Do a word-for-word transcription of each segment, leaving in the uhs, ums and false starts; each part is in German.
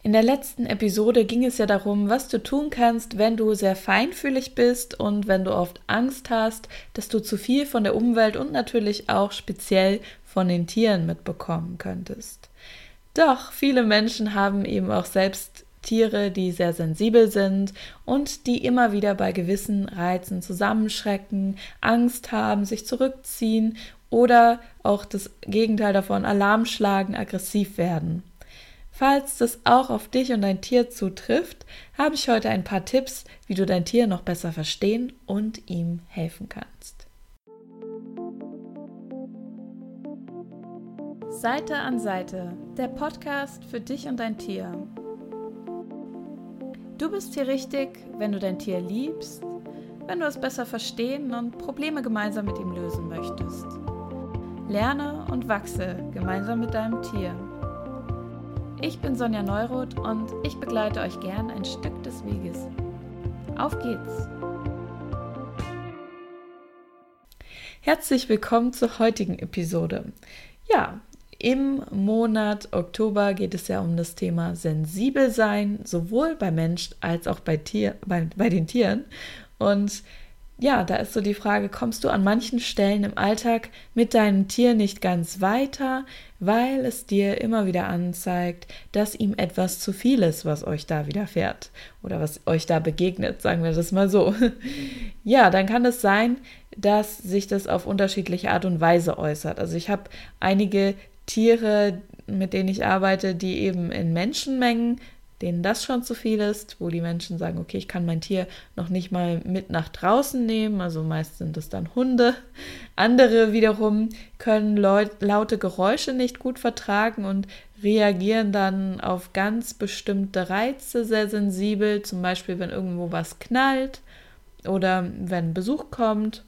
In der letzten Episode ging es ja darum, was du tun kannst, wenn du sehr feinfühlig bist und wenn du oft Angst hast, dass du zu viel von der Umwelt und natürlich auch speziell von den Tieren mitbekommen könntest. Doch viele Menschen haben eben auch selbst Tiere, die sehr sensibel sind und die immer wieder bei gewissen Reizen zusammenschrecken, Angst haben, sich zurückziehen oder auch das Gegenteil davon, Alarm schlagen, aggressiv werden. Falls das auch auf dich und dein Tier zutrifft, habe ich heute ein paar Tipps, wie du dein Tier noch besser verstehen und ihm helfen kannst. Seite an Seite, der Podcast für dich und dein Tier. Du bist hier richtig, wenn du dein Tier liebst, wenn du es besser verstehen und Probleme gemeinsam mit ihm lösen möchtest. Lerne und wachse gemeinsam mit deinem Tier. Ich bin Sonja Neuroth und ich begleite euch gern ein Stück des Weges. Auf geht's! Herzlich willkommen zur heutigen Episode. Ja, im Monat Oktober geht es ja um das Thema sensibel sein, sowohl bei Mensch als auch bei, Tier, bei, bei den Tieren. Und ja, da ist so die Frage, kommst du an manchen Stellen im Alltag mit deinem Tier nicht ganz weiter, weil es dir immer wieder anzeigt, dass ihm etwas zu viel ist, was euch da widerfährt oder was euch da begegnet, sagen wir das mal so. Ja, dann kann es sein, dass sich das auf unterschiedliche Art und Weise äußert. Also ich habe einige Tiere, mit denen ich arbeite, die eben in Menschenmengen, denen das schon zu viel ist, wo die Menschen sagen, okay, ich kann mein Tier noch nicht mal mit nach draußen nehmen, also meist sind es dann Hunde. Andere wiederum können laut, laute Geräusche nicht gut vertragen und reagieren dann auf ganz bestimmte Reize sehr sensibel, zum Beispiel wenn irgendwo was knallt oder wenn Besuch kommt.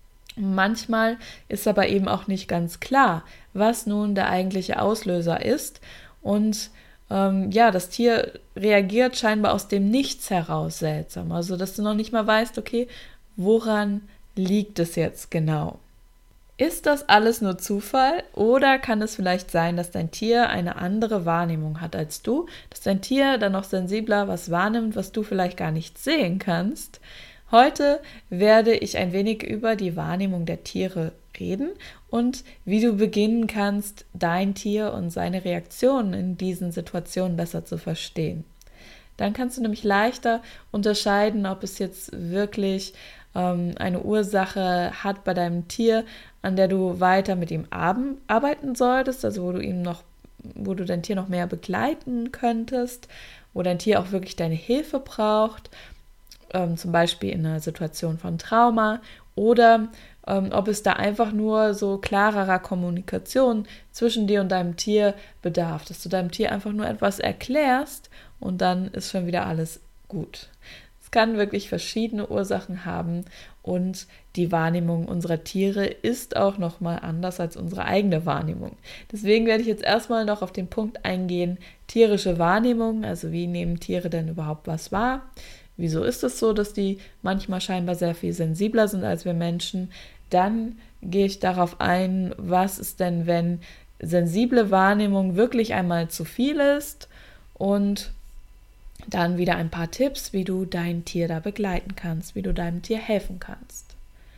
Manchmal ist aber eben auch nicht ganz klar, was nun der eigentliche Auslöser ist und ähm, ja, das Tier reagiert scheinbar aus dem Nichts heraus seltsam, also dass du noch nicht mal weißt, okay, woran liegt es jetzt genau? Ist das alles nur Zufall oder kann es vielleicht sein, dass dein Tier eine andere Wahrnehmung hat als du, dass dein Tier dann noch sensibler was wahrnimmt, was du vielleicht gar nicht sehen kannst? Heute werde ich ein wenig über die Wahrnehmung der Tiere reden und wie du beginnen kannst, dein Tier und seine Reaktionen in diesen Situationen besser zu verstehen. Dann kannst du nämlich leichter unterscheiden, ob es jetzt wirklich ähm, eine Ursache hat bei deinem Tier, an der du weiter mit ihm arbeiten solltest, also wo du ihm noch, wo du dein Tier noch mehr begleiten könntest, wo dein Tier auch wirklich deine Hilfe braucht. Ähm, zum Beispiel in einer Situation von Trauma oder ähm, ob es da einfach nur so klarerer Kommunikation zwischen dir und deinem Tier bedarf, dass du deinem Tier einfach nur etwas erklärst und dann ist schon wieder alles gut. Es kann wirklich verschiedene Ursachen haben und die Wahrnehmung unserer Tiere ist auch nochmal anders als unsere eigene Wahrnehmung. Deswegen werde ich jetzt erstmal noch auf den Punkt eingehen, tierische Wahrnehmung, also wie nehmen Tiere denn überhaupt was wahr? Wieso ist es so, dass die manchmal scheinbar sehr viel sensibler sind als wir Menschen? Dann gehe ich darauf ein, was ist denn, wenn sensible Wahrnehmung wirklich einmal zu viel ist? Und dann wieder ein paar Tipps, wie du dein Tier da begleiten kannst, wie du deinem Tier helfen kannst.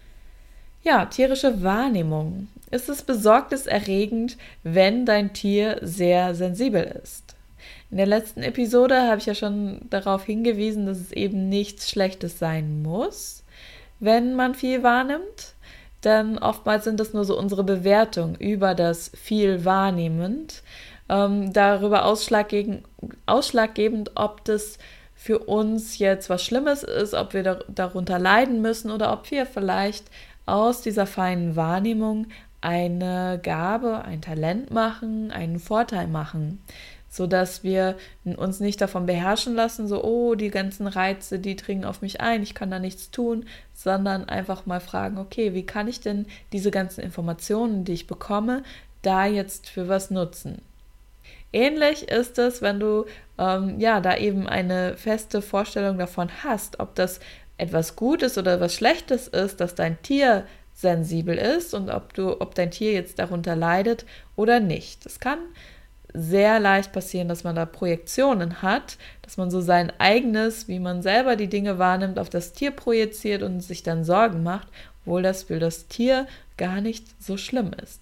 Ja, tierische Wahrnehmung. Ist es besorgniserregend, wenn dein Tier sehr sensibel ist? In der letzten Episode habe ich ja schon darauf hingewiesen, dass es eben nichts Schlechtes sein muss, wenn man viel wahrnimmt. Denn oftmals sind das nur so unsere Bewertungen über das viel wahrnehmend, ähm, darüber ausschlaggebend, ausschlaggebend, ob das für uns jetzt was Schlimmes ist, ob wir da, darunter leiden müssen oder ob wir vielleicht aus dieser feinen Wahrnehmung eine Gabe, ein Talent machen, einen Vorteil machen, sodass wir uns nicht davon beherrschen lassen, so, oh, die ganzen Reize, die dringen auf mich ein, ich kann da nichts tun, sondern einfach mal fragen, okay, wie kann ich denn diese ganzen Informationen, die ich bekomme, da jetzt für was nutzen? Ähnlich ist es, wenn du ähm, ja da eben eine feste Vorstellung davon hast, ob das etwas Gutes oder was Schlechtes ist, dass dein Tier sensibel ist und ob du, ob dein Tier jetzt darunter leidet oder nicht. Es kann sehr leicht passieren, dass man da Projektionen hat, dass man so sein eigenes, wie man selber die Dinge wahrnimmt, auf das Tier projiziert und sich dann Sorgen macht, obwohl das für das Tier gar nicht so schlimm ist.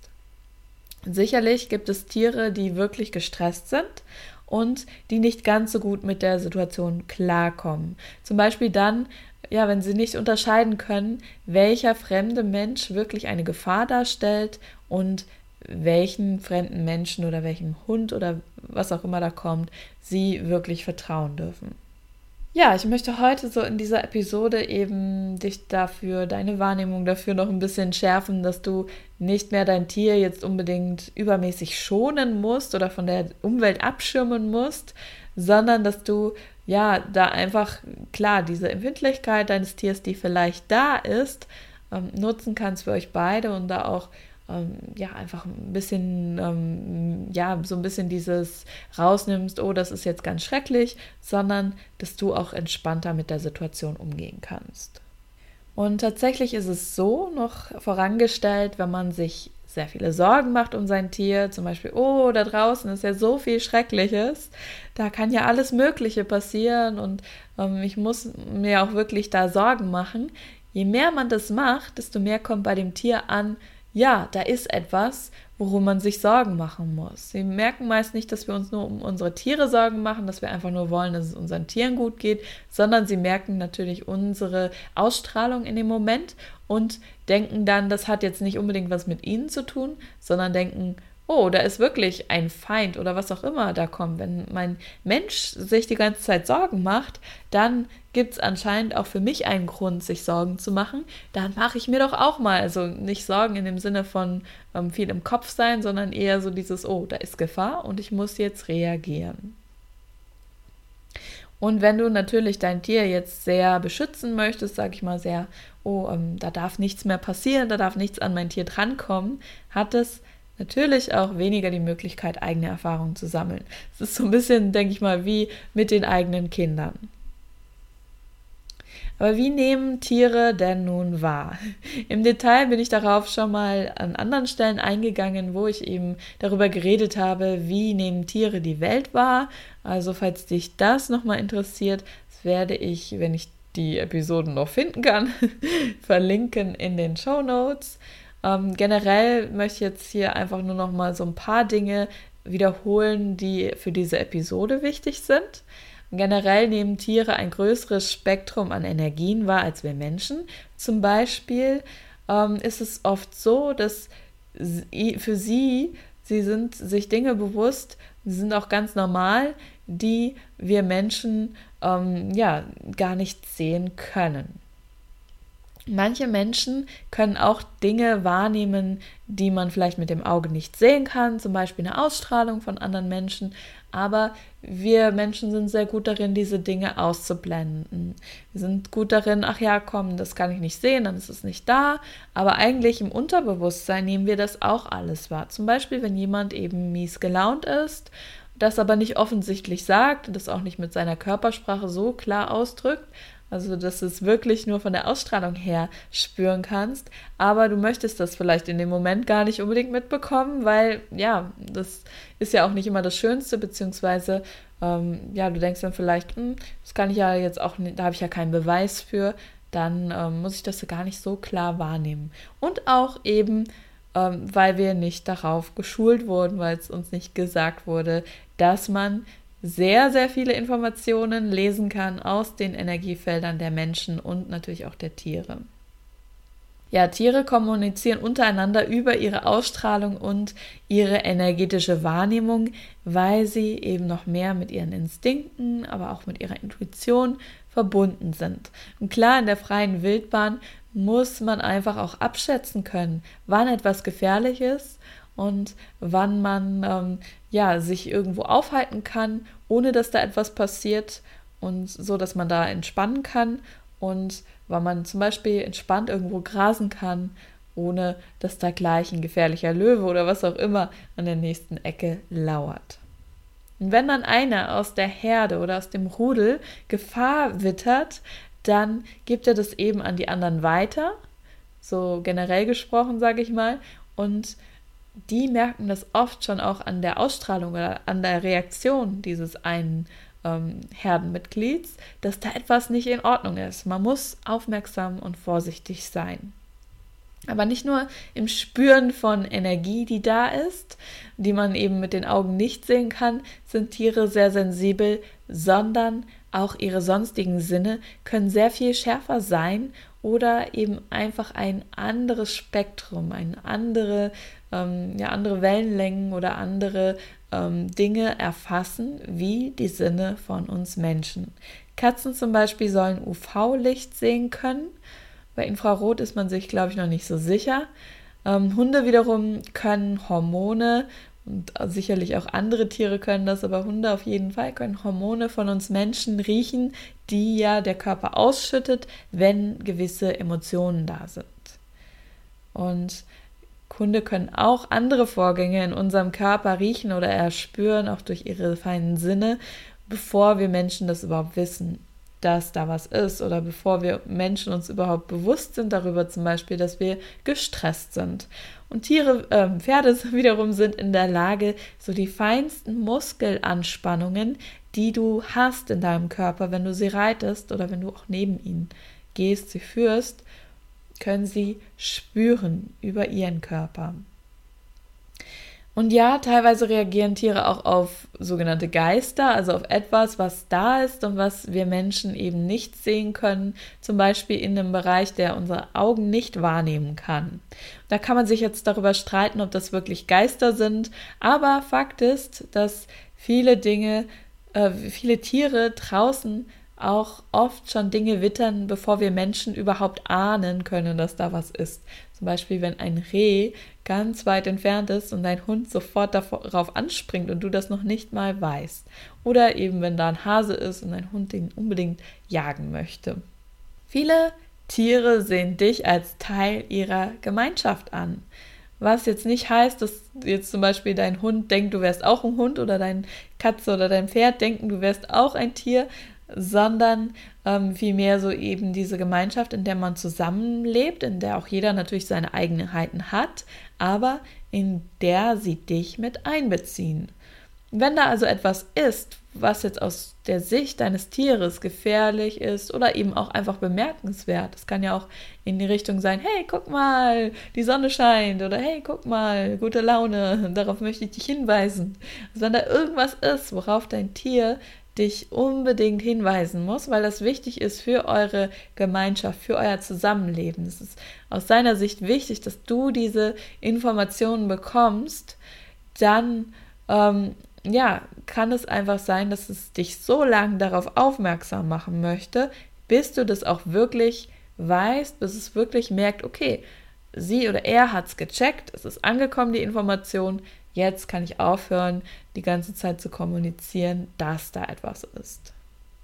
Sicherlich gibt es Tiere, die wirklich gestresst sind und die nicht ganz so gut mit der Situation klarkommen. Zum Beispiel dann, ja, wenn sie nicht unterscheiden können, welcher fremde Mensch wirklich eine Gefahr darstellt und welchen fremden Menschen oder welchem Hund oder was auch immer da kommt, sie wirklich vertrauen dürfen. Ja, ich möchte heute so in dieser Episode eben dich dafür, deine Wahrnehmung dafür noch ein bisschen schärfen, dass du nicht mehr dein Tier jetzt unbedingt übermäßig schonen musst oder von der Umwelt abschirmen musst, sondern dass du ja da einfach, klar, diese Empfindlichkeit deines Tiers, die vielleicht da ist, ähm, nutzen kannst für euch beide und da auch ja, einfach ein bisschen, ähm, ja, so ein bisschen dieses rausnimmst, oh, das ist jetzt ganz schrecklich, sondern dass du auch entspannter mit der Situation umgehen kannst. Und tatsächlich ist es so noch vorangestellt, wenn man sich sehr viele Sorgen macht um sein Tier, zum Beispiel, oh, da draußen ist ja so viel Schreckliches, da kann ja alles Mögliche passieren und ähm, ich muss mir auch wirklich da Sorgen machen. Je mehr man das macht, desto mehr kommt bei dem Tier an, ja, da ist etwas, worum man sich Sorgen machen muss. Sie merken meist nicht, dass wir uns nur um unsere Tiere Sorgen machen, dass wir einfach nur wollen, dass es unseren Tieren gut geht, sondern sie merken natürlich unsere Ausstrahlung in dem Moment und denken dann, das hat jetzt nicht unbedingt was mit ihnen zu tun, sondern denken, oh, da ist wirklich ein Feind oder was auch immer da kommt. Wenn mein Mensch sich die ganze Zeit Sorgen macht, dann gibt es anscheinend auch für mich einen Grund, sich Sorgen zu machen. Dann mache ich mir doch auch mal, also nicht Sorgen in dem Sinne von ähm, viel im Kopf sein, sondern eher so dieses, oh, da ist Gefahr und ich muss jetzt reagieren. Und wenn du natürlich dein Tier jetzt sehr beschützen möchtest, sage ich mal sehr, oh, ähm, da darf nichts mehr passieren, da darf nichts an mein Tier drankommen, hat es natürlich auch weniger die Möglichkeit, eigene Erfahrungen zu sammeln. Es ist so ein bisschen, denke ich mal, wie mit den eigenen Kindern. Aber wie nehmen Tiere denn nun wahr? Im Detail bin ich darauf schon mal an anderen Stellen eingegangen, wo ich eben darüber geredet habe, wie nehmen Tiere die Welt wahr. Also falls dich das nochmal interessiert, das werde ich, wenn ich die Episoden noch finden kann, verlinken in den Shownotes. Ähm, generell möchte ich jetzt hier einfach nur noch mal so ein paar Dinge wiederholen, die für diese Episode wichtig sind. Generell nehmen Tiere ein größeres Spektrum an Energien wahr als wir Menschen. Zum Beispiel ähm, ist es oft so, dass sie, für sie, sie sind sich Dinge bewusst, sie sind auch ganz normal, die wir Menschen ähm, ja gar nicht sehen können. Manche Menschen können auch Dinge wahrnehmen, die man vielleicht mit dem Auge nicht sehen kann, zum Beispiel eine Ausstrahlung von anderen Menschen, aber wir Menschen sind sehr gut darin, diese Dinge auszublenden. Wir sind gut darin, ach ja, komm, das kann ich nicht sehen, dann ist es nicht da, aber eigentlich im Unterbewusstsein nehmen wir das auch alles wahr. Zum Beispiel, wenn jemand eben mies gelaunt ist, das aber nicht offensichtlich sagt und das auch nicht mit seiner Körpersprache so klar ausdrückt, also dass du es wirklich nur von der Ausstrahlung her spüren kannst, aber du möchtest das vielleicht in dem Moment gar nicht unbedingt mitbekommen, weil ja, das ist ja auch nicht immer das Schönste, beziehungsweise ähm, ja, du denkst dann vielleicht, hm, das kann ich ja jetzt auch nicht, da habe ich ja keinen Beweis für, dann ähm, muss ich das gar nicht so klar wahrnehmen. Und auch eben, ähm, weil wir nicht darauf geschult wurden, weil es uns nicht gesagt wurde, dass man sehr, sehr viele Informationen lesen kann aus den Energiefeldern der Menschen und natürlich auch der Tiere. Ja, Tiere kommunizieren untereinander über ihre Ausstrahlung und ihre energetische Wahrnehmung, weil sie eben noch mehr mit ihren Instinkten, aber auch mit ihrer Intuition verbunden sind. Und klar, in der freien Wildbahn muss man einfach auch abschätzen können, wann etwas gefährlich ist und wann man ähm, ja, sich irgendwo aufhalten kann, ohne dass da etwas passiert und so, dass man da entspannen kann und weil man zum Beispiel entspannt irgendwo grasen kann, ohne dass da gleich ein gefährlicher Löwe oder was auch immer an der nächsten Ecke lauert. Und wenn dann einer aus der Herde oder aus dem Rudel Gefahr wittert, dann gibt er das eben an die anderen weiter, so generell gesprochen, sage ich mal, und die merken das oft schon auch an der Ausstrahlung oder an der Reaktion dieses einen ähm, Herdenmitglieds, dass da etwas nicht in Ordnung ist. Man muss aufmerksam und vorsichtig sein. Aber nicht nur im Spüren von Energie, die da ist, die man eben mit den Augen nicht sehen kann, sind Tiere sehr sensibel, sondern auch ihre sonstigen Sinne können sehr viel schärfer sein oder eben einfach ein anderes Spektrum, eine andere, ähm, ja, andere Wellenlängen oder andere ähm, Dinge erfassen, wie die Sinne von uns Menschen. Katzen zum Beispiel sollen U V-Licht sehen können. Bei Infrarot ist man sich, glaube ich, noch nicht so sicher. Ähm, Hunde wiederum können Hormone, und sicherlich auch andere Tiere können das, aber Hunde auf jeden Fall können Hormone von uns Menschen riechen, die ja der Körper ausschüttet, wenn gewisse Emotionen da sind. Und Hunde können auch andere Vorgänge in unserem Körper riechen oder erspüren, auch durch ihre feinen Sinne, bevor wir Menschen das überhaupt wissen, dass da was ist, oder bevor wir Menschen uns überhaupt bewusst sind darüber, zum Beispiel, dass wir gestresst sind. Und Tiere, äh, Pferde wiederum sind in der Lage, so die feinsten Muskelanspannungen, die du hast in deinem Körper, wenn du sie reitest oder wenn du auch neben ihnen gehst, sie führst, können sie spüren über ihren Körper. Und ja, teilweise reagieren Tiere auch auf sogenannte Geister, also auf etwas, was da ist und was wir Menschen eben nicht sehen können, zum Beispiel in einem Bereich, der unsere Augen nicht wahrnehmen kann. Da kann man sich jetzt darüber streiten, ob das wirklich Geister sind, aber Fakt ist, dass viele Dinge, äh, viele Tiere draußen auch oft schon Dinge wittern, bevor wir Menschen überhaupt ahnen können, dass da was ist. Zum Beispiel, wenn ein Reh ganz weit entfernt ist und dein Hund sofort darauf anspringt und du das noch nicht mal weißt. Oder eben, wenn da ein Hase ist und dein Hund den unbedingt jagen möchte. Viele Tiere sehen dich als Teil ihrer Gemeinschaft an. Was jetzt nicht heißt, dass jetzt zum Beispiel dein Hund denkt, du wärst auch ein Hund, oder deine Katze oder dein Pferd denken, du wärst auch ein Tier, sondern ähm, vielmehr so eben diese Gemeinschaft, in der man zusammenlebt, in der auch jeder natürlich seine Eigenheiten hat, aber in der sie dich mit einbeziehen. Wenn da also etwas ist, was jetzt aus der Sicht deines Tieres gefährlich ist oder eben auch einfach bemerkenswert, das kann ja auch in die Richtung sein, hey, guck mal, die Sonne scheint, oder hey, guck mal, gute Laune, darauf möchte ich dich hinweisen. Also wenn da irgendwas ist, worauf dein Tier dich unbedingt hinweisen muss, weil das wichtig ist für eure Gemeinschaft, für euer Zusammenleben. Es ist aus seiner Sicht wichtig, dass du diese Informationen bekommst, dann ähm, ja, kann es einfach sein, dass es dich so lange darauf aufmerksam machen möchte, bis du das auch wirklich weißt, bis es wirklich merkt, okay, sie oder er hat es gecheckt, es ist angekommen, die Information, jetzt kann ich aufhören, die ganze Zeit zu kommunizieren, dass da etwas ist.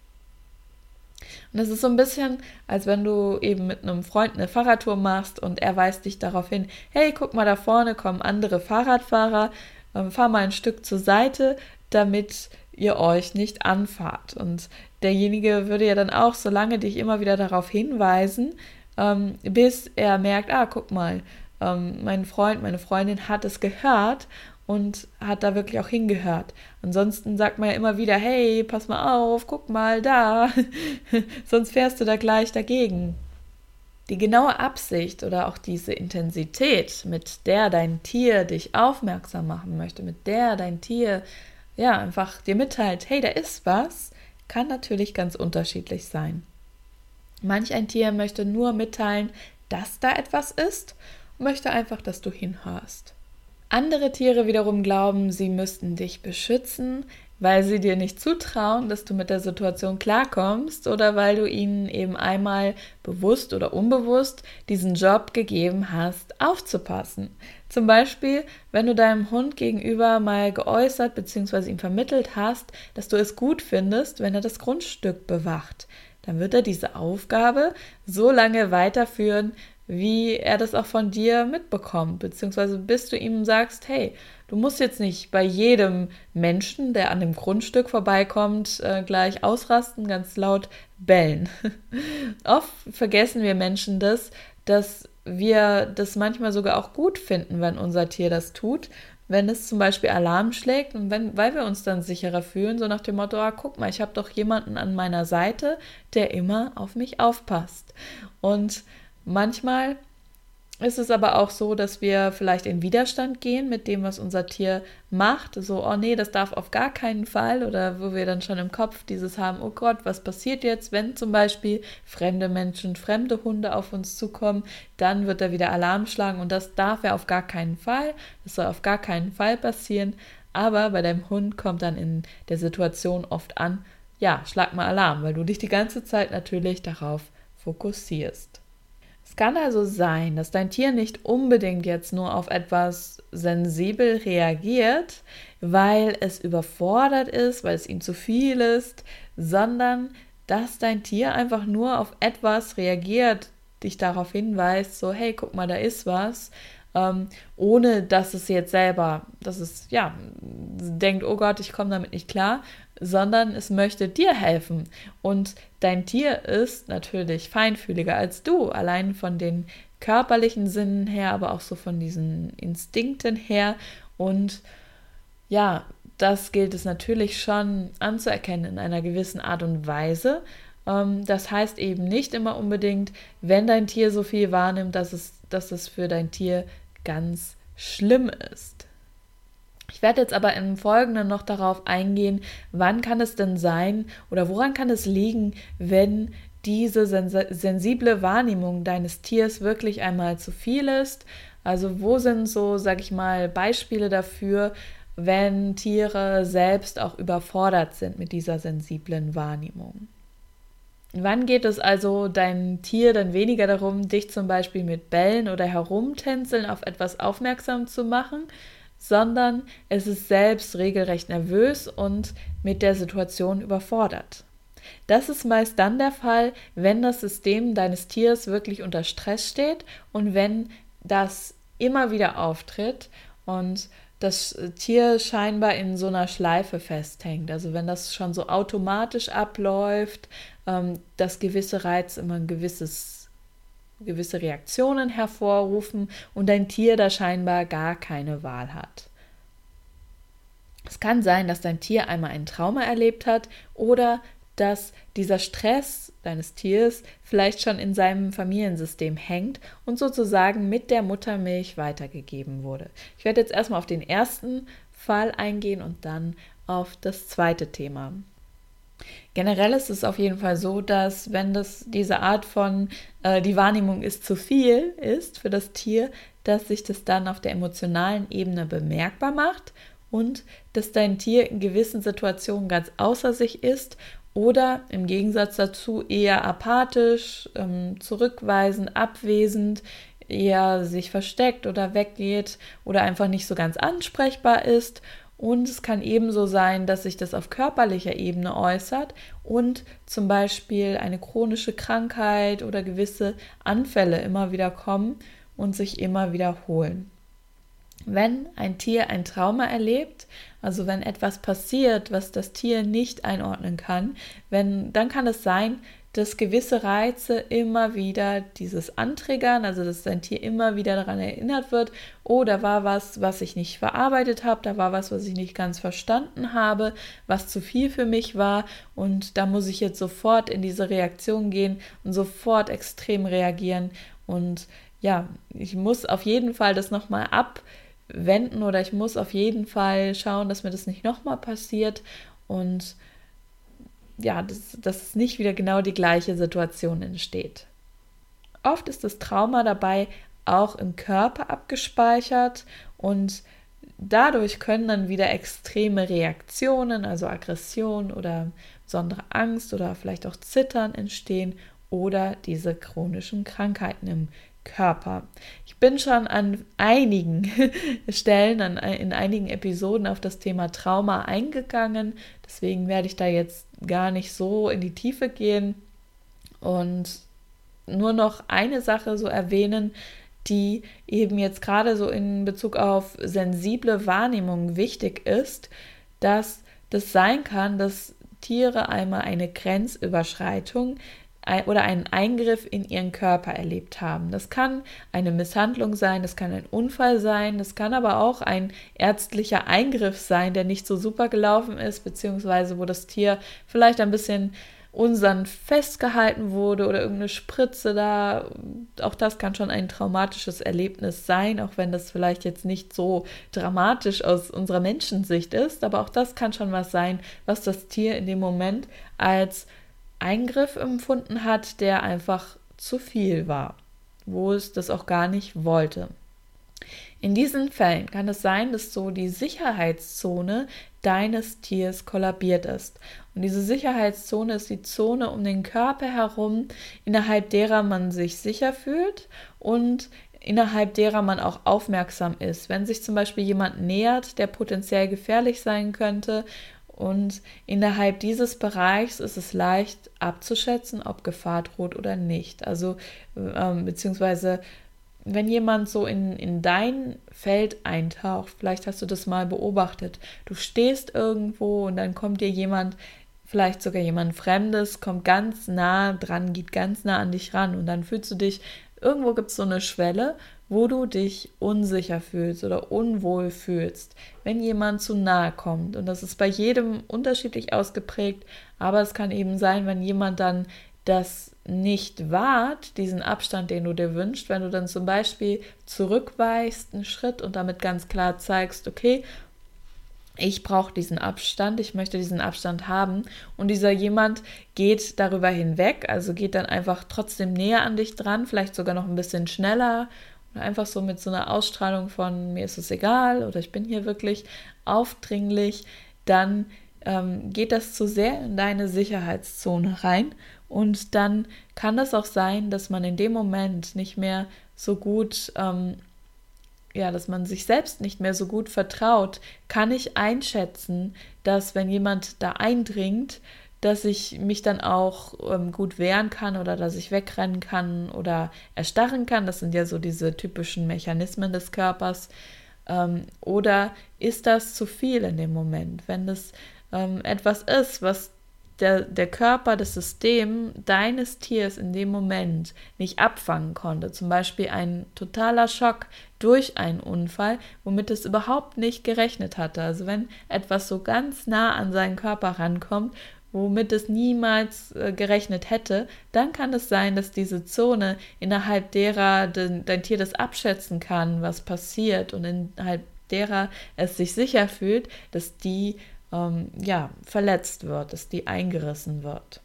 Und es ist so ein bisschen, als wenn du eben mit einem Freund eine Fahrradtour machst und er weist dich darauf hin, hey, guck mal, da vorne kommen andere Fahrradfahrer, ähm, fahr mal ein Stück zur Seite, damit ihr euch nicht anfahrt. Und derjenige würde ja dann auch so lange dich immer wieder darauf hinweisen, ähm, bis er merkt, ah, guck mal, ähm, mein Freund, meine Freundin hat es gehört und hat da wirklich auch hingehört. Ansonsten sagt man ja immer wieder, hey, pass mal auf, guck mal da, sonst fährst du da gleich dagegen. Die genaue Absicht oder auch diese Intensität, mit der dein Tier dich aufmerksam machen möchte, mit der dein Tier ja einfach dir mitteilt, hey, da ist was, kann natürlich ganz unterschiedlich sein. Manch ein Tier möchte nur mitteilen, dass da etwas ist und möchte einfach, dass du hinhörst. Andere Tiere wiederum glauben, sie müssten dich beschützen, weil sie dir nicht zutrauen, dass du mit der Situation klarkommst oder weil du ihnen eben einmal bewusst oder unbewusst diesen Job gegeben hast, aufzupassen. Zum Beispiel, wenn du deinem Hund gegenüber mal geäußert bzw. ihm vermittelt hast, dass du es gut findest, wenn er das Grundstück bewacht. Dann wird er diese Aufgabe so lange weiterführen, wie er das auch von dir mitbekommt, beziehungsweise bis du ihm sagst, hey, du musst jetzt nicht bei jedem Menschen, der an dem Grundstück vorbeikommt, äh, gleich ausrasten, ganz laut bellen. Oft vergessen wir Menschen das, dass wir das manchmal sogar auch gut finden, wenn unser Tier das tut, wenn es zum Beispiel Alarm schlägt und wenn, weil wir uns dann sicherer fühlen, so nach dem Motto, ah, guck mal, ich habe doch jemanden an meiner Seite, der immer auf mich aufpasst. Und manchmal ist es aber auch so, dass wir vielleicht in Widerstand gehen mit dem, was unser Tier macht. So, oh nee, das darf auf gar keinen Fall. Oder wo wir dann schon im Kopf dieses haben, oh Gott, was passiert jetzt, wenn zum Beispiel fremde Menschen, fremde Hunde auf uns zukommen, dann wird er wieder Alarm schlagen und das darf er auf gar keinen Fall. Das soll auf gar keinen Fall passieren. Aber bei deinem Hund kommt dann in der Situation oft an, ja, schlag mal Alarm, weil du dich die ganze Zeit natürlich darauf fokussierst. Es kann also sein, dass dein Tier nicht unbedingt jetzt nur auf etwas sensibel reagiert, weil es überfordert ist, weil es ihm zu viel ist, sondern dass dein Tier einfach nur auf etwas reagiert, dich darauf hinweist, so hey, guck mal, da ist was, ähm, ohne dass es jetzt selber, dass es ja denkt, oh Gott, ich komme damit nicht klar, sondern es möchte dir helfen. Und dein Tier ist natürlich feinfühliger als du, allein von den körperlichen Sinnen her, aber auch so von diesen Instinkten her. Und ja, das gilt es natürlich schon anzuerkennen in einer gewissen Art und Weise. Das heißt eben nicht immer unbedingt, wenn dein Tier so viel wahrnimmt, dass es, dass es für dein Tier ganz schlimm ist. Ich werde jetzt aber im Folgenden noch darauf eingehen, wann kann es denn sein oder woran kann es liegen, wenn diese sens- sensible Wahrnehmung deines Tiers wirklich einmal zu viel ist. Also wo sind so, sag ich mal, Beispiele dafür, wenn Tiere selbst auch überfordert sind mit dieser sensiblen Wahrnehmung? Wann geht es also dein Tier dann weniger darum, dich zum Beispiel mit Bellen oder Herumtänzeln auf etwas aufmerksam zu machen, sondern es ist selbst regelrecht nervös und mit der Situation überfordert. Das ist meist dann der Fall, wenn das System deines Tieres wirklich unter Stress steht und wenn das immer wieder auftritt und das Tier scheinbar in so einer Schleife festhängt. Also wenn das schon so automatisch abläuft, ähm, dass gewisse Reize immer ein gewisses gewisse Reaktionen hervorrufen und dein Tier da scheinbar gar keine Wahl hat. Es kann sein, dass dein Tier einmal ein Trauma erlebt hat oder dass dieser Stress deines Tiers vielleicht schon in seinem Familiensystem hängt und sozusagen mit der Muttermilch weitergegeben wurde. Ich werde jetzt erstmal auf den ersten Fall eingehen und dann auf das zweite Thema. Generell ist es auf jeden Fall so, dass wenn das diese Art von äh, die Wahrnehmung ist zu viel ist für das Tier, dass sich das dann auf der emotionalen Ebene bemerkbar macht und dass dein Tier in gewissen Situationen ganz außer sich ist oder im Gegensatz dazu eher apathisch, ähm, zurückweisend, abwesend, eher sich versteckt oder weggeht oder einfach nicht so ganz ansprechbar ist. Und es kann ebenso sein, dass sich das auf körperlicher Ebene äußert und zum Beispiel eine chronische Krankheit oder gewisse Anfälle immer wieder kommen und sich immer wiederholen. Wenn ein Tier ein Trauma erlebt, also wenn etwas passiert, was das Tier nicht einordnen kann, wenn, dann kann es sein, dass gewisse Reize immer wieder dieses antriggern, also dass dein Tier immer wieder daran erinnert wird, oh, da war was, was ich nicht verarbeitet habe, da war was, was ich nicht ganz verstanden habe, was zu viel für mich war und da muss ich jetzt sofort in diese Reaktion gehen und sofort extrem reagieren und ja, ich muss auf jeden Fall das nochmal abwenden oder ich muss auf jeden Fall schauen, dass mir das nicht nochmal passiert und ja, dass, dass nicht wieder genau die gleiche Situation entsteht. Oft ist das Trauma dabei auch im Körper abgespeichert und dadurch können dann wieder extreme Reaktionen, also Aggression oder besondere Angst oder vielleicht auch Zittern entstehen oder diese chronischen Krankheiten im Körper. Ich bin schon an einigen Stellen, an, in einigen Episoden auf das Thema Trauma eingegangen. Deswegen werde ich da jetzt gar nicht so in die Tiefe gehen und nur noch eine Sache so erwähnen, die eben jetzt gerade so in Bezug auf sensible Wahrnehmung wichtig ist, dass das sein kann, dass Tiere einmal eine Grenzüberschreitung oder einen Eingriff in ihren Körper erlebt haben. Das kann eine Misshandlung sein, das kann ein Unfall sein, das kann aber auch ein ärztlicher Eingriff sein, der nicht so super gelaufen ist, beziehungsweise wo das Tier vielleicht ein bisschen unsanft festgehalten wurde oder irgendeine Spritze da. Auch das kann schon ein traumatisches Erlebnis sein, auch wenn das vielleicht jetzt nicht so dramatisch aus unserer Menschensicht ist, aber auch das kann schon was sein, was das Tier in dem Moment als Eingriff empfunden hat, der einfach zu viel war, wo es das auch gar nicht wollte. In diesen Fällen kann es sein, dass so die Sicherheitszone deines Tiers kollabiert ist. Und diese Sicherheitszone ist die Zone um den Körper herum, innerhalb derer man sich sicher fühlt und innerhalb derer man auch aufmerksam ist. Wenn sich zum Beispiel jemand nähert, der potenziell gefährlich sein könnte, und innerhalb dieses Bereichs ist es leicht abzuschätzen, ob Gefahr droht oder nicht. Also ähm, beziehungsweise wenn jemand so in, in dein Feld eintaucht, vielleicht hast du das mal beobachtet, du stehst irgendwo und dann kommt dir jemand, vielleicht sogar jemand Fremdes, kommt ganz nah dran, geht ganz nah an dich ran und dann fühlst du dich, irgendwo gibt es so eine Schwelle, wo du dich unsicher fühlst oder unwohl fühlst, wenn jemand zu nahe kommt. Und das ist bei jedem unterschiedlich ausgeprägt, aber es kann eben sein, wenn jemand dann das nicht wahrt, diesen Abstand, den du dir wünschst, wenn du dann zum Beispiel zurückweichst, einen Schritt und damit ganz klar zeigst, okay, ich brauche diesen Abstand, ich möchte diesen Abstand haben und dieser jemand geht darüber hinweg, also geht dann einfach trotzdem näher an dich dran, vielleicht sogar noch ein bisschen schneller oder einfach so mit so einer Ausstrahlung von mir ist es egal oder ich bin hier wirklich aufdringlich, dann ähm, geht das zu sehr in deine Sicherheitszone rein und dann kann es auch sein, dass man in dem Moment nicht mehr so gut ähm, ja, dass man sich selbst nicht mehr so gut vertraut, kann ich einschätzen, dass wenn jemand da eindringt, dass ich mich dann auch ähm, gut wehren kann oder dass ich wegrennen kann oder erstarren kann. Das sind ja so diese typischen Mechanismen des Körpers. Ähm, oder ist das zu viel in dem Moment? Wenn das ähm, etwas ist, was Der, der Körper, das System deines Tiers in dem Moment nicht abfangen konnte. Zum Beispiel ein totaler Schock durch einen Unfall, womit es überhaupt nicht gerechnet hatte. Also wenn etwas so ganz nah an seinen Körper rankommt, womit es niemals äh, gerechnet hätte, dann kann es sein, dass diese Zone, innerhalb derer de, dein Tier das abschätzen kann, was passiert und innerhalb derer es sich sicher fühlt, dass die Ähm, ja, verletzt wird, dass die eingerissen wird.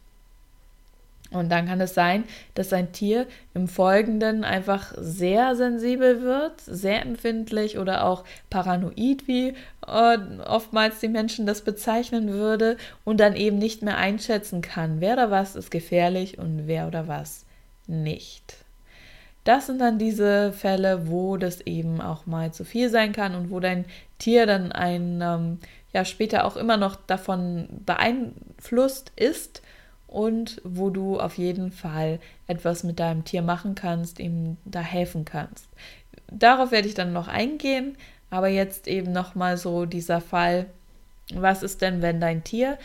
Und dann kann es sein, dass ein Tier im Folgenden einfach sehr sensibel wird, sehr empfindlich oder auch paranoid, wie äh, oftmals die Menschen das bezeichnen würde, und dann eben nicht mehr einschätzen kann, wer oder was ist gefährlich und wer oder was nicht. Das sind dann diese Fälle, wo das eben auch mal zu viel sein kann und wo dein Tier dann ein, ähm, ja, später auch immer noch davon beeinflusst ist und wo du auf jeden Fall etwas mit deinem Tier machen kannst, ihm da helfen kannst. Darauf werde ich dann noch eingehen, aber jetzt eben nochmal so dieser Fall, was ist denn, wenn dein Tier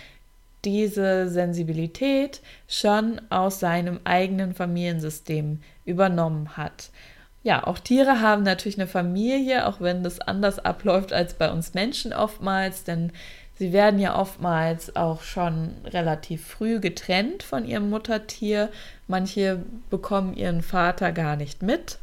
diese Sensibilität schon aus seinem eigenen Familiensystem übernommen hat. Ja, auch Tiere haben natürlich eine Familie, auch wenn das anders abläuft als bei uns Menschen oftmals, denn sie werden ja oftmals auch schon relativ früh getrennt von ihrem Muttertier. Manche bekommen ihren Vater gar nicht mit.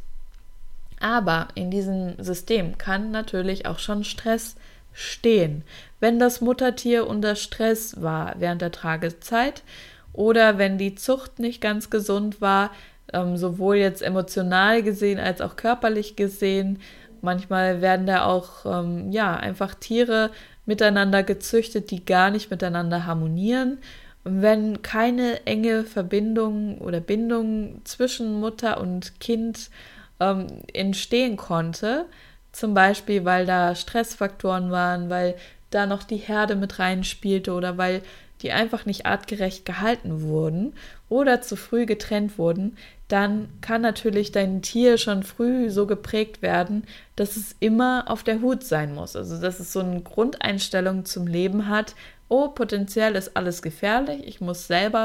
Aber in diesem System kann natürlich auch schon Stress stehen, wenn das Muttertier unter Stress war während der Tragezeit oder wenn die Zucht nicht ganz gesund war, ähm, sowohl jetzt emotional gesehen als auch körperlich gesehen. Manchmal werden da auch ähm, ja, einfach Tiere miteinander gezüchtet, die gar nicht miteinander harmonieren. Und wenn keine enge Verbindung oder Bindung zwischen Mutter und Kind ähm, entstehen konnte, zum Beispiel, weil da Stressfaktoren waren, weil da noch die Herde mit reinspielte oder weil die einfach nicht artgerecht gehalten wurden oder zu früh getrennt wurden, dann kann natürlich dein Tier schon früh so geprägt werden, dass es immer auf der Hut sein muss. Also dass es so eine Grundeinstellung zum Leben hat, oh, potenziell ist alles gefährlich, ich muss selber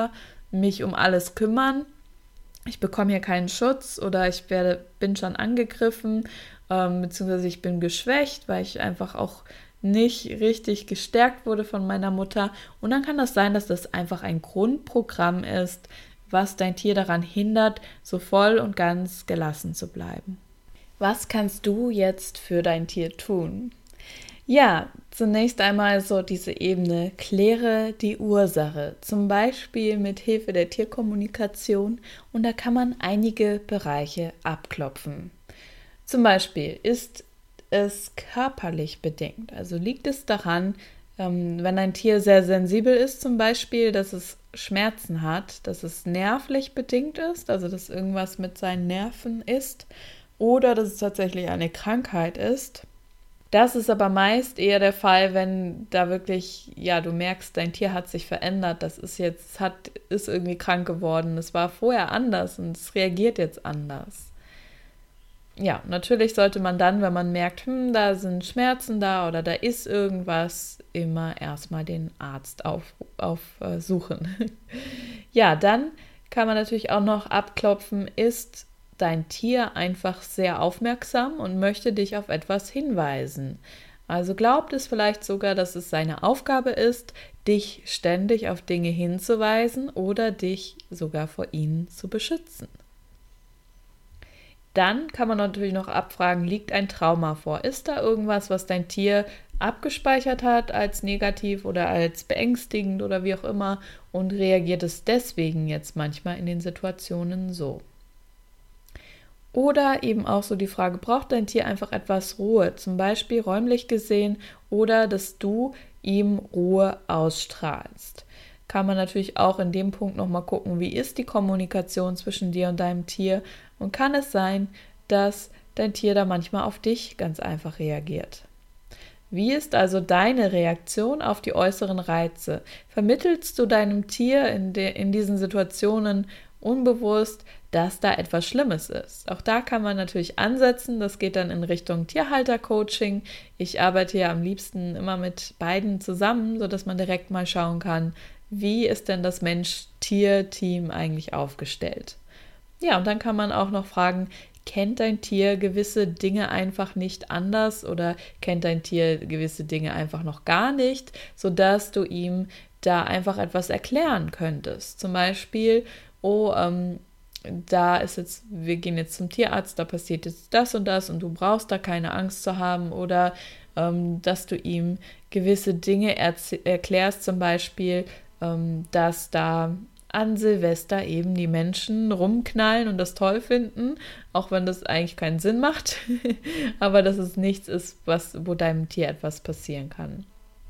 mich um alles kümmern. Ich bekomme hier keinen Schutz oder ich werde, bin schon angegriffen, ähm, beziehungsweise ich bin geschwächt, weil ich einfach auch nicht richtig gestärkt wurde von meiner Mutter. Und dann kann das sein, dass das einfach ein Grundprogramm ist, was dein Tier daran hindert, so voll und ganz gelassen zu bleiben. Was kannst du jetzt für dein Tier tun? Ja, zunächst einmal so diese Ebene, kläre die Ursache, zum Beispiel mit Hilfe der Tierkommunikation, und da kann man einige Bereiche abklopfen. Zum Beispiel, ist es körperlich bedingt, also liegt es daran, ähm, wenn ein Tier sehr sensibel ist zum Beispiel, dass es Schmerzen hat, dass es nervlich bedingt ist, also dass irgendwas mit seinen Nerven ist, oder dass es tatsächlich eine Krankheit ist. Das ist aber meist eher der Fall, wenn da wirklich, ja, du merkst, dein Tier hat sich verändert, das ist jetzt, hat, ist irgendwie krank geworden, es war vorher anders und es reagiert jetzt anders. Ja, natürlich sollte man dann, wenn man merkt, hm, da sind Schmerzen da oder da ist irgendwas, immer erstmal den Arzt aufsuchen. Auf, äh, ja, dann kann man natürlich auch noch abklopfen, ist dein Tier einfach sehr aufmerksam und möchte dich auf etwas hinweisen. Also glaubt es vielleicht sogar, dass es seine Aufgabe ist, dich ständig auf Dinge hinzuweisen oder dich sogar vor ihnen zu beschützen. Dann kann man natürlich noch abfragen, liegt ein Trauma vor? Ist da irgendwas, was dein Tier abgespeichert hat als negativ oder als beängstigend oder wie auch immer und reagiert es deswegen jetzt manchmal in den Situationen so? Oder eben auch so die Frage, braucht dein Tier einfach etwas Ruhe, zum Beispiel räumlich gesehen, oder dass du ihm Ruhe ausstrahlst. Kann man natürlich auch in dem Punkt nochmal gucken, wie ist die Kommunikation zwischen dir und deinem Tier und kann es sein, dass dein Tier da manchmal auf dich ganz einfach reagiert. Wie ist also deine Reaktion auf die äußeren Reize? Vermittelst du deinem Tier in, de, in diesen Situationen unbewusst, dass da etwas Schlimmes ist? Auch da kann man natürlich ansetzen, das geht dann in Richtung Tierhalter-Coaching. Ich arbeite ja am liebsten immer mit beiden zusammen, sodass man direkt mal schauen kann, wie ist denn das Mensch-Tier-Team eigentlich aufgestellt? Ja, und dann kann man auch noch fragen, kennt dein Tier gewisse Dinge einfach nicht anders oder kennt dein Tier gewisse Dinge einfach noch gar nicht, sodass du ihm da einfach etwas erklären könntest. Zum Beispiel, oh, ähm, da ist jetzt, wir gehen jetzt zum Tierarzt, da passiert jetzt das und das und du brauchst da keine Angst zu haben, oder ähm, dass du ihm gewisse Dinge erz- erklärst, zum Beispiel, ähm, dass da an Silvester eben die Menschen rumknallen und das toll finden, auch wenn das eigentlich keinen Sinn macht, aber dass es nichts ist, was, wo deinem Tier etwas passieren kann.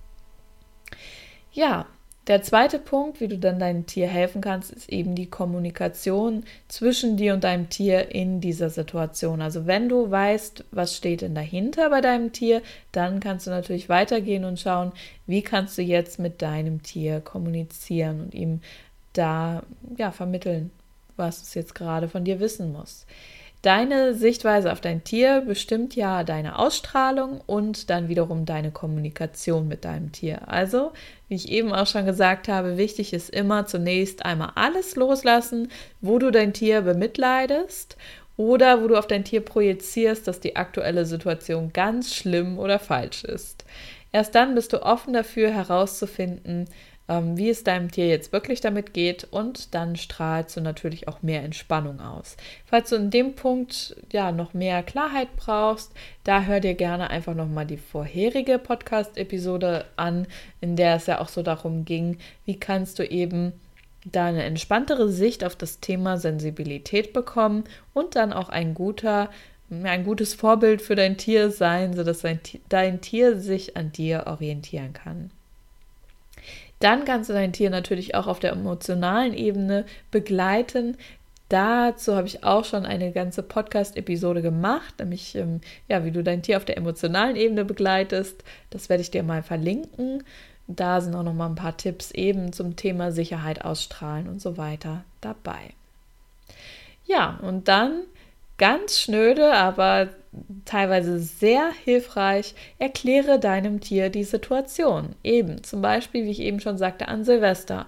Ja, der zweite Punkt, wie du dann deinem Tier helfen kannst, ist eben die Kommunikation zwischen dir und deinem Tier in dieser Situation. Also wenn du weißt, was steht denn dahinter bei deinem Tier, dann kannst du natürlich weitergehen und schauen, wie kannst du jetzt mit deinem Tier kommunizieren und ihm da ja vermitteln, was es jetzt gerade von dir wissen muss. Deine Sichtweise auf dein Tier bestimmt ja deine Ausstrahlung und dann wiederum deine Kommunikation mit deinem Tier. Also, wie ich eben auch schon gesagt habe, wichtig ist immer zunächst einmal alles loslassen, wo du dein Tier bemitleidest oder wo du auf dein Tier projizierst, dass die aktuelle Situation ganz schlimm oder falsch ist. Erst dann bist du offen dafür herauszufinden, wie es deinem Tier jetzt wirklich damit geht, und dann strahlst du natürlich auch mehr Entspannung aus. Falls du in dem Punkt ja noch mehr Klarheit brauchst, da hör dir gerne einfach nochmal die vorherige Podcast-Episode an, in der es ja auch so darum ging, wie kannst du eben da eine entspanntere Sicht auf das Thema Sensibilität bekommen und dann auch ein guter, ein gutes Vorbild für dein Tier sein, sodass dein, dein Tier sich an dir orientieren kann. Dann kannst du dein Tier natürlich auch auf der emotionalen Ebene begleiten. Dazu habe ich auch schon eine ganze Podcast-Episode gemacht, nämlich ähm, ja, wie du dein Tier auf der emotionalen Ebene begleitest. Das werde ich dir mal verlinken. Da sind auch noch mal ein paar Tipps eben zum Thema Sicherheit ausstrahlen und so weiter dabei. Ja, und dann ganz schnöde, aber teilweise sehr hilfreich, erkläre deinem Tier die Situation. Eben, zum Beispiel, wie ich eben schon sagte, an Silvester.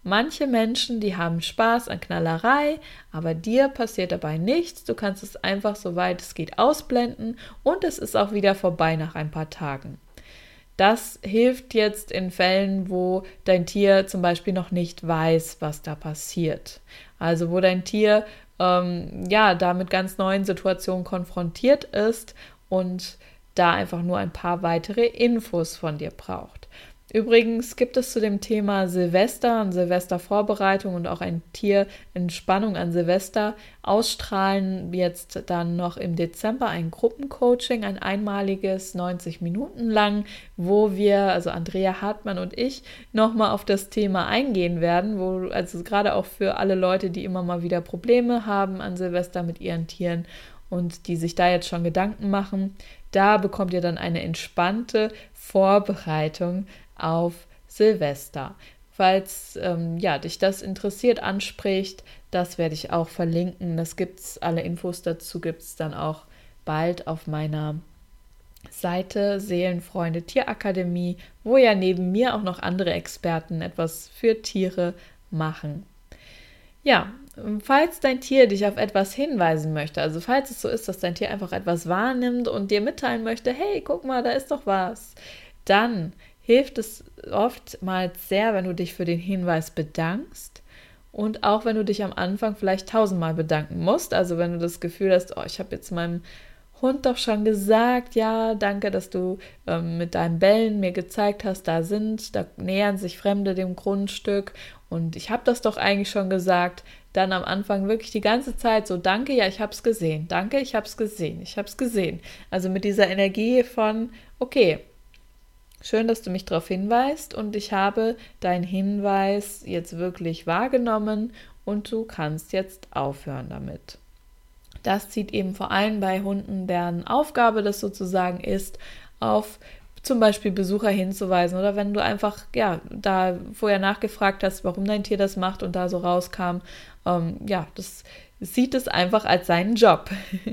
Manche Menschen, die haben Spaß an Knallerei, aber dir passiert dabei nichts. Du kannst es einfach, soweit es geht, ausblenden und es ist auch wieder vorbei nach ein paar Tagen. Das hilft jetzt in Fällen, wo dein Tier zum Beispiel noch nicht weiß, was da passiert. Also wo dein Tier ähm, ja da mit ganz neuen Situationen konfrontiert ist und da einfach nur ein paar weitere Infos von dir braucht. Übrigens gibt es zu dem Thema Silvester und Silvestervorbereitung und auch ein Tier in Spannung an Silvester ausstrahlen jetzt dann noch im Dezember ein Gruppencoaching, ein einmaliges neunzig Minuten lang, wo wir, also Andrea Hartmann und ich, nochmal auf das Thema eingehen werden, wo also gerade auch für alle Leute, die immer mal wieder Probleme haben an Silvester mit ihren Tieren und die sich da jetzt schon Gedanken machen, da bekommt ihr dann eine entspannte Vorbereitung auf Silvester. Falls ähm, ja, dich das interessiert, anspricht, das werde ich auch verlinken. Das gibt's, alle Infos dazu gibt es dann auch bald auf meiner Seite Seelenfreunde Tierakademie, wo ja neben mir auch noch andere Experten etwas für Tiere machen. Ja, falls dein Tier dich auf etwas hinweisen möchte, also falls es so ist, dass dein Tier einfach etwas wahrnimmt und dir mitteilen möchte, hey, guck mal, da ist doch was, dann hilft es oftmals sehr, wenn du dich für den Hinweis bedankst und auch wenn du dich am Anfang vielleicht tausendmal bedanken musst, also wenn du das Gefühl hast, oh, ich habe jetzt meinem Hund doch schon gesagt, ja, danke, dass du ähm, mit deinem Bellen mir gezeigt hast, da sind, da nähern sich Fremde dem Grundstück und ich habe das doch eigentlich schon gesagt, dann am Anfang wirklich die ganze Zeit so, danke, ja, ich habe es gesehen, danke, ich habe es gesehen, ich habe es gesehen. Also mit dieser Energie von, okay, schön, dass du mich darauf hinweist und ich habe deinen Hinweis jetzt wirklich wahrgenommen und du kannst jetzt aufhören damit. Das zieht eben vor allem bei Hunden, deren Aufgabe das sozusagen ist, auf zum Beispiel Besucher hinzuweisen oder wenn du einfach ja da vorher nachgefragt hast, warum dein Tier das macht und da so rauskam, ähm, ja, das sieht es einfach als seinen Job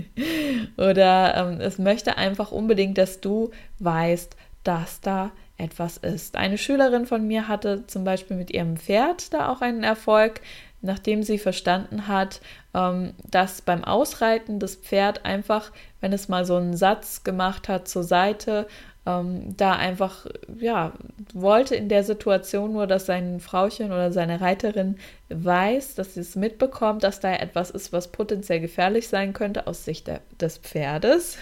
oder ähm, es möchte einfach unbedingt, dass du weißt, dass da etwas ist. Eine Schülerin von mir hatte zum Beispiel mit ihrem Pferd da auch einen Erfolg, nachdem sie verstanden hat, ähm, dass beim Ausreiten das Pferd einfach, wenn es mal so einen Satz gemacht hat zur Seite, ähm, da einfach, ja, wollte in der Situation nur, dass sein Frauchen oder seine Reiterin weiß, dass sie es mitbekommt, dass da etwas ist, was potenziell gefährlich sein könnte aus Sicht der, des Pferdes.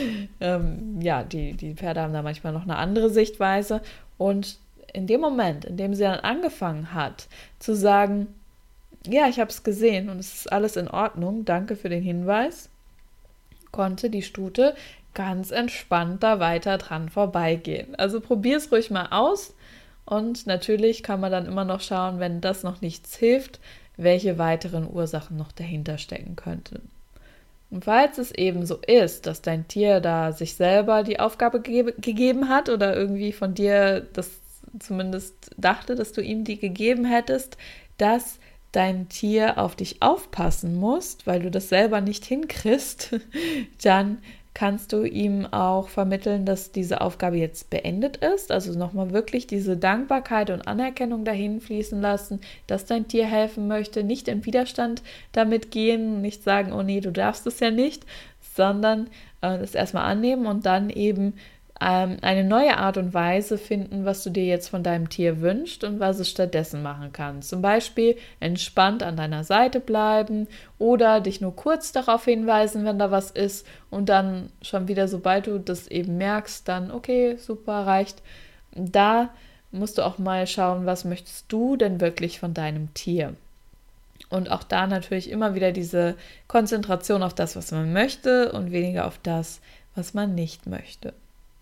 ähm, ja, die, die Pferde haben da manchmal noch eine andere Sichtweise und in dem Moment, in dem sie dann angefangen hat, zu sagen, ja, ich habe es gesehen und es ist alles in Ordnung, danke für den Hinweis, konnte die Stute ganz entspannt da weiter dran vorbeigehen. Also probier es ruhig mal aus und natürlich kann man dann immer noch schauen, wenn das noch nichts hilft, welche weiteren Ursachen noch dahinter stecken könnten. Und falls es eben so ist, dass dein Tier da sich selber die Aufgabe ge- gegeben hat oder irgendwie von dir das zumindest dachte, dass du ihm die gegeben hättest, dass dein Tier auf dich aufpassen muss, weil du das selber nicht hinkriegst, dann kannst du ihm auch vermitteln, dass diese Aufgabe jetzt beendet ist. Also nochmal wirklich diese Dankbarkeit und Anerkennung dahin fließen lassen, dass dein Tier helfen möchte, nicht in Widerstand damit gehen, nicht sagen, oh nee, du darfst es ja nicht, sondern äh, das erstmal annehmen und dann eben eine neue Art und Weise finden, was du dir jetzt von deinem Tier wünschst und was es stattdessen machen kann. Zum Beispiel entspannt an deiner Seite bleiben oder dich nur kurz darauf hinweisen, wenn da was ist und dann schon wieder, sobald du das eben merkst, dann okay, super, reicht. Da musst du auch mal schauen, was möchtest du denn wirklich von deinem Tier? Und auch da natürlich immer wieder diese Konzentration auf das, was man möchte und weniger auf das, was man nicht möchte.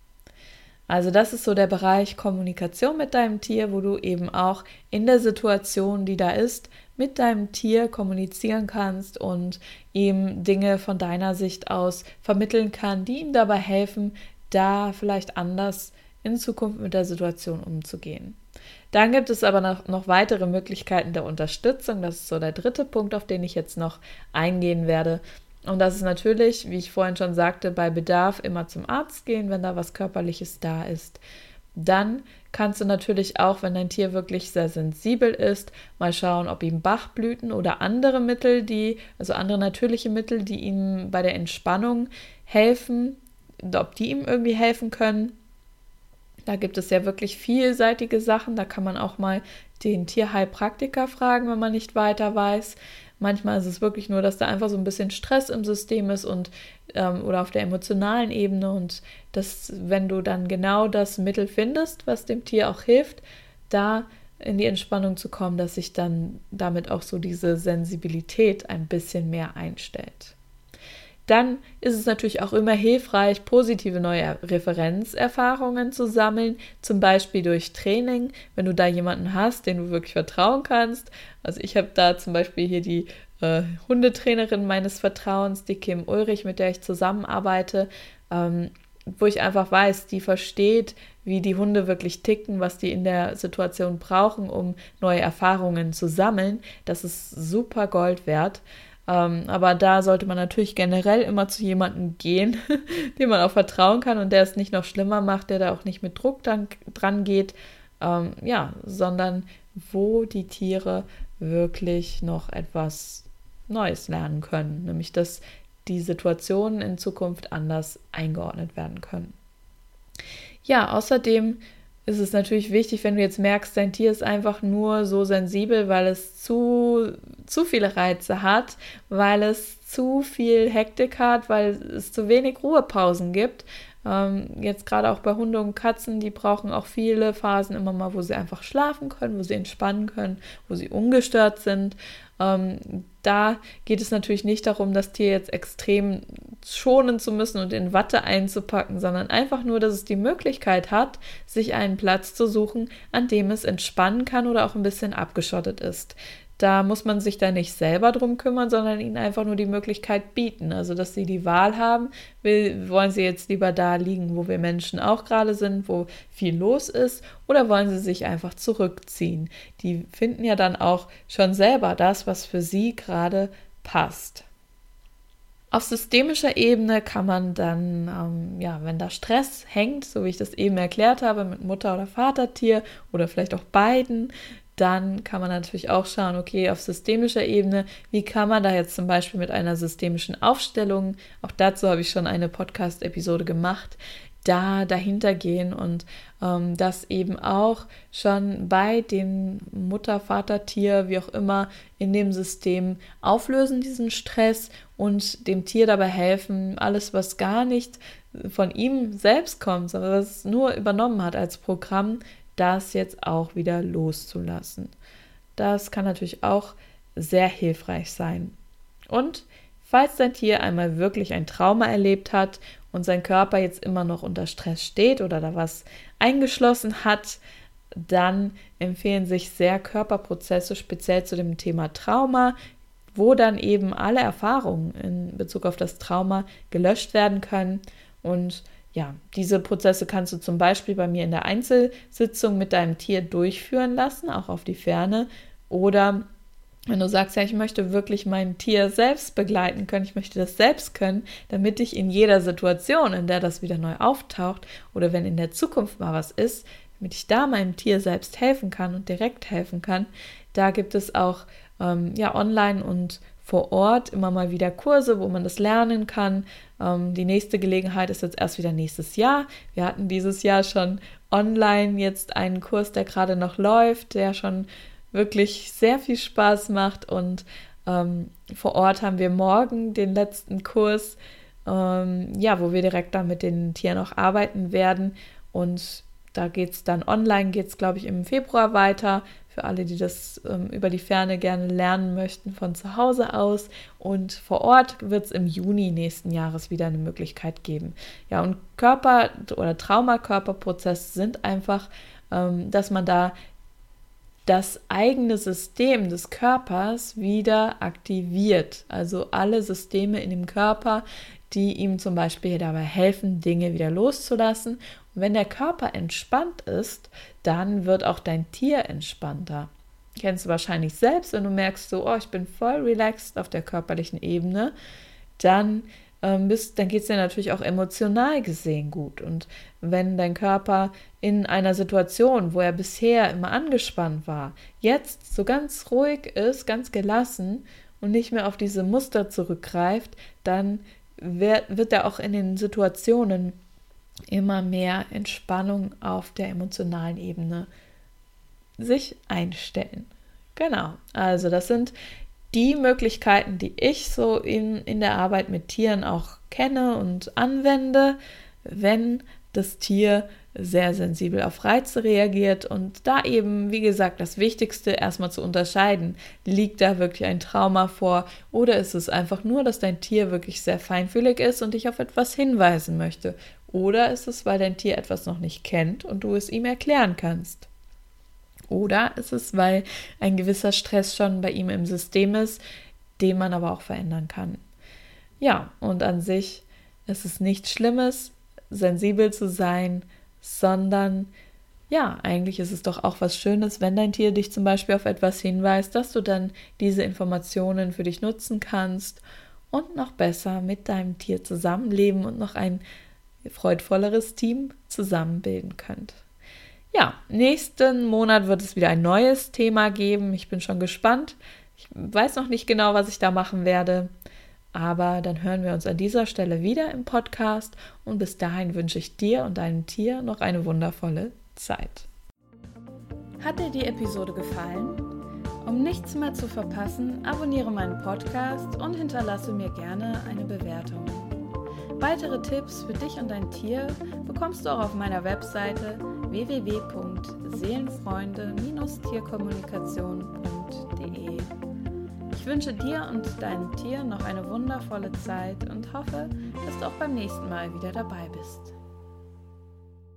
Also das ist so der Bereich Kommunikation mit deinem Tier, wo du eben auch in der Situation, die da ist, mit deinem Tier kommunizieren kannst und ihm Dinge von deiner Sicht aus vermitteln kann, die ihm dabei helfen, da vielleicht anders in Zukunft mit der Situation umzugehen. Dann gibt es aber noch, noch weitere Möglichkeiten der Unterstützung. Das ist so der dritte Punkt, auf den ich jetzt noch eingehen werde. Und das ist natürlich, wie ich vorhin schon sagte, bei Bedarf immer zum Arzt gehen, wenn da was Körperliches da ist. Dann kannst du natürlich auch, wenn dein Tier wirklich sehr sensibel ist, mal schauen, ob ihm Bachblüten oder andere Mittel, die, also andere natürliche Mittel, die ihm bei der Entspannung helfen, ob die ihm irgendwie helfen können. Da gibt es ja wirklich vielseitige Sachen. Da kann man auch mal den Tierheilpraktiker fragen, wenn man nicht weiter weiß. Manchmal ist es wirklich nur, dass da einfach so ein bisschen Stress im System ist und ähm, oder auf der emotionalen Ebene und dass, wenn du dann genau das Mittel findest, was dem Tier auch hilft, da in die Entspannung zu kommen, dass sich dann damit auch so diese Sensibilität ein bisschen mehr einstellt. Dann ist es natürlich auch immer hilfreich, positive neue Referenzerfahrungen zu sammeln, zum Beispiel durch Training, wenn du da jemanden hast, den du wirklich vertrauen kannst. Also ich habe da zum Beispiel hier die äh, Hundetrainerin meines Vertrauens, die Kim Ulrich, mit der ich zusammenarbeite, ähm, wo ich einfach weiß, die versteht, wie die Hunde wirklich ticken, was die in der Situation brauchen, um neue Erfahrungen zu sammeln. Das ist super Gold wert. Ähm, aber da sollte man natürlich generell immer zu jemandem gehen, dem man auch vertrauen kann und der es nicht noch schlimmer macht, der da auch nicht mit Druck dann, dran geht, ähm, ja, sondern wo die Tiere wirklich noch etwas Neues lernen können, nämlich dass die Situationen in Zukunft anders eingeordnet werden können. Ja, außerdem ist es natürlich wichtig, wenn du jetzt merkst, dein Tier ist einfach nur so sensibel, weil es zu, zu viele Reize hat, weil es zu viel Hektik hat, weil es zu wenig Ruhepausen gibt. Ähm, jetzt gerade auch bei Hunde und Katzen, die brauchen auch viele Phasen immer mal, wo sie einfach schlafen können, wo sie entspannen können, wo sie ungestört sind. Ähm, da geht es natürlich nicht darum, das Tier jetzt extrem schonen zu müssen und in Watte einzupacken, sondern einfach nur, dass es die Möglichkeit hat, sich einen Platz zu suchen, an dem es entspannen kann oder auch ein bisschen abgeschottet ist. Da muss man sich da nicht selber drum kümmern, sondern ihnen einfach nur die Möglichkeit bieten. Also, dass sie die Wahl haben, will, wollen sie jetzt lieber da liegen, wo wir Menschen auch gerade sind, wo viel los ist, oder wollen sie sich einfach zurückziehen. Die finden ja dann auch schon selber das, was für sie gerade passt. Auf systemischer Ebene kann man dann, ähm, ja, wenn da Stress hängt, so wie ich das eben erklärt habe, mit Mutter- oder Vatertier oder vielleicht auch beiden, dann kann man natürlich auch schauen, okay, auf systemischer Ebene, wie kann man da jetzt zum Beispiel mit einer systemischen Aufstellung, auch dazu habe ich schon eine Podcast-Episode gemacht, da dahinter gehen und ähm, das eben auch schon bei dem Mutter-, Vater-Tier, wie auch immer, in dem System auflösen, diesen Stress und dem Tier dabei helfen, alles, was gar nicht von ihm selbst kommt, sondern was es nur übernommen hat als Programm, das jetzt auch wieder loszulassen. Das kann natürlich auch sehr hilfreich sein. Und falls dein Tier einmal wirklich ein Trauma erlebt hat und sein Körper jetzt immer noch unter Stress steht oder da was eingeschlossen hat, dann empfehlen sich sehr Körperprozesse speziell zu dem Thema Trauma, wo dann eben alle Erfahrungen in Bezug auf das Trauma gelöscht werden können. Und ja, diese Prozesse kannst du zum Beispiel bei mir in der Einzelsitzung mit deinem Tier durchführen lassen, auch auf die Ferne. Oder wenn du sagst, ja, ich möchte wirklich mein Tier selbst begleiten können, ich möchte das selbst können, damit ich in jeder Situation, in der das wieder neu auftaucht oder wenn in der Zukunft mal was ist, damit ich da meinem Tier selbst helfen kann und direkt helfen kann, da gibt es auch ähm, ja, online und vor Ort immer mal wieder Kurse, wo man das lernen kann. Ähm, die nächste Gelegenheit ist jetzt erst wieder nächstes Jahr. Wir hatten dieses Jahr schon online jetzt einen Kurs, der gerade noch läuft, der schon wirklich sehr viel Spaß macht und ähm, vor Ort haben wir morgen den letzten Kurs, ähm, ja, wo wir direkt dann mit den Tieren auch arbeiten werden und da geht es dann online, geht es glaube ich im Februar weiter, für alle, die das ähm, über die Ferne gerne lernen möchten von zu Hause aus und vor Ort wird es im Juni nächsten Jahres wieder eine Möglichkeit geben. Ja, und Körper- oder Traumakörperprozesse sind einfach, ähm, dass man da das eigene System des Körpers wieder aktiviert. Also alle Systeme in dem Körper, die ihm zum Beispiel dabei helfen, Dinge wieder loszulassen. Und wenn der Körper entspannt ist, dann wird auch dein Tier entspannter. Kennst du wahrscheinlich selbst, wenn du merkst, so, oh, ich bin voll relaxed auf der körperlichen Ebene, dann ähm, bist, dann geht es dir natürlich auch emotional gesehen gut. Und wenn dein Körper in einer Situation, wo er bisher immer angespannt war, jetzt so ganz ruhig ist, ganz gelassen und nicht mehr auf diese Muster zurückgreift, dann wird, wird er auch in den Situationen immer mehr Entspannung auf der emotionalen Ebene sich einstellen. Genau, also das sind die Möglichkeiten, die ich so in, in der Arbeit mit Tieren auch kenne und anwende, wenn das Tier sehr sensibel auf Reize reagiert und da eben, wie gesagt, das Wichtigste erstmal zu unterscheiden, liegt da wirklich ein Trauma vor oder ist es einfach nur, dass dein Tier wirklich sehr feinfühlig ist und dich auf etwas hinweisen möchte oder ist es, weil dein Tier etwas noch nicht kennt und du es ihm erklären kannst. Oder ist es, weil ein gewisser Stress schon bei ihm im System ist, den man aber auch verändern kann. Ja, und an sich ist es nichts Schlimmes, sensibel zu sein, sondern ja, eigentlich ist es doch auch was Schönes, wenn dein Tier dich zum Beispiel auf etwas hinweist, dass du dann diese Informationen für dich nutzen kannst und noch besser mit deinem Tier zusammenleben und noch ein freudvolleres Team zusammenbilden könnt. Ja, nächsten Monat wird es wieder ein neues Thema geben. Ich bin schon gespannt. Ich weiß noch nicht genau, was ich da machen werde. Aber dann hören wir uns an dieser Stelle wieder im Podcast. Und bis dahin wünsche ich dir und deinem Tier noch eine wundervolle Zeit. Hat dir die Episode gefallen? Um nichts mehr zu verpassen, abonniere meinen Podcast und hinterlasse mir gerne eine Bewertung. Weitere Tipps für dich und dein Tier bekommst du auch auf meiner Webseite w w w punkt seelenfreunde Bindestrich tierkommunikation punkt de. Ich wünsche dir und deinem Tier noch eine wundervolle Zeit und hoffe, dass du auch beim nächsten Mal wieder dabei bist.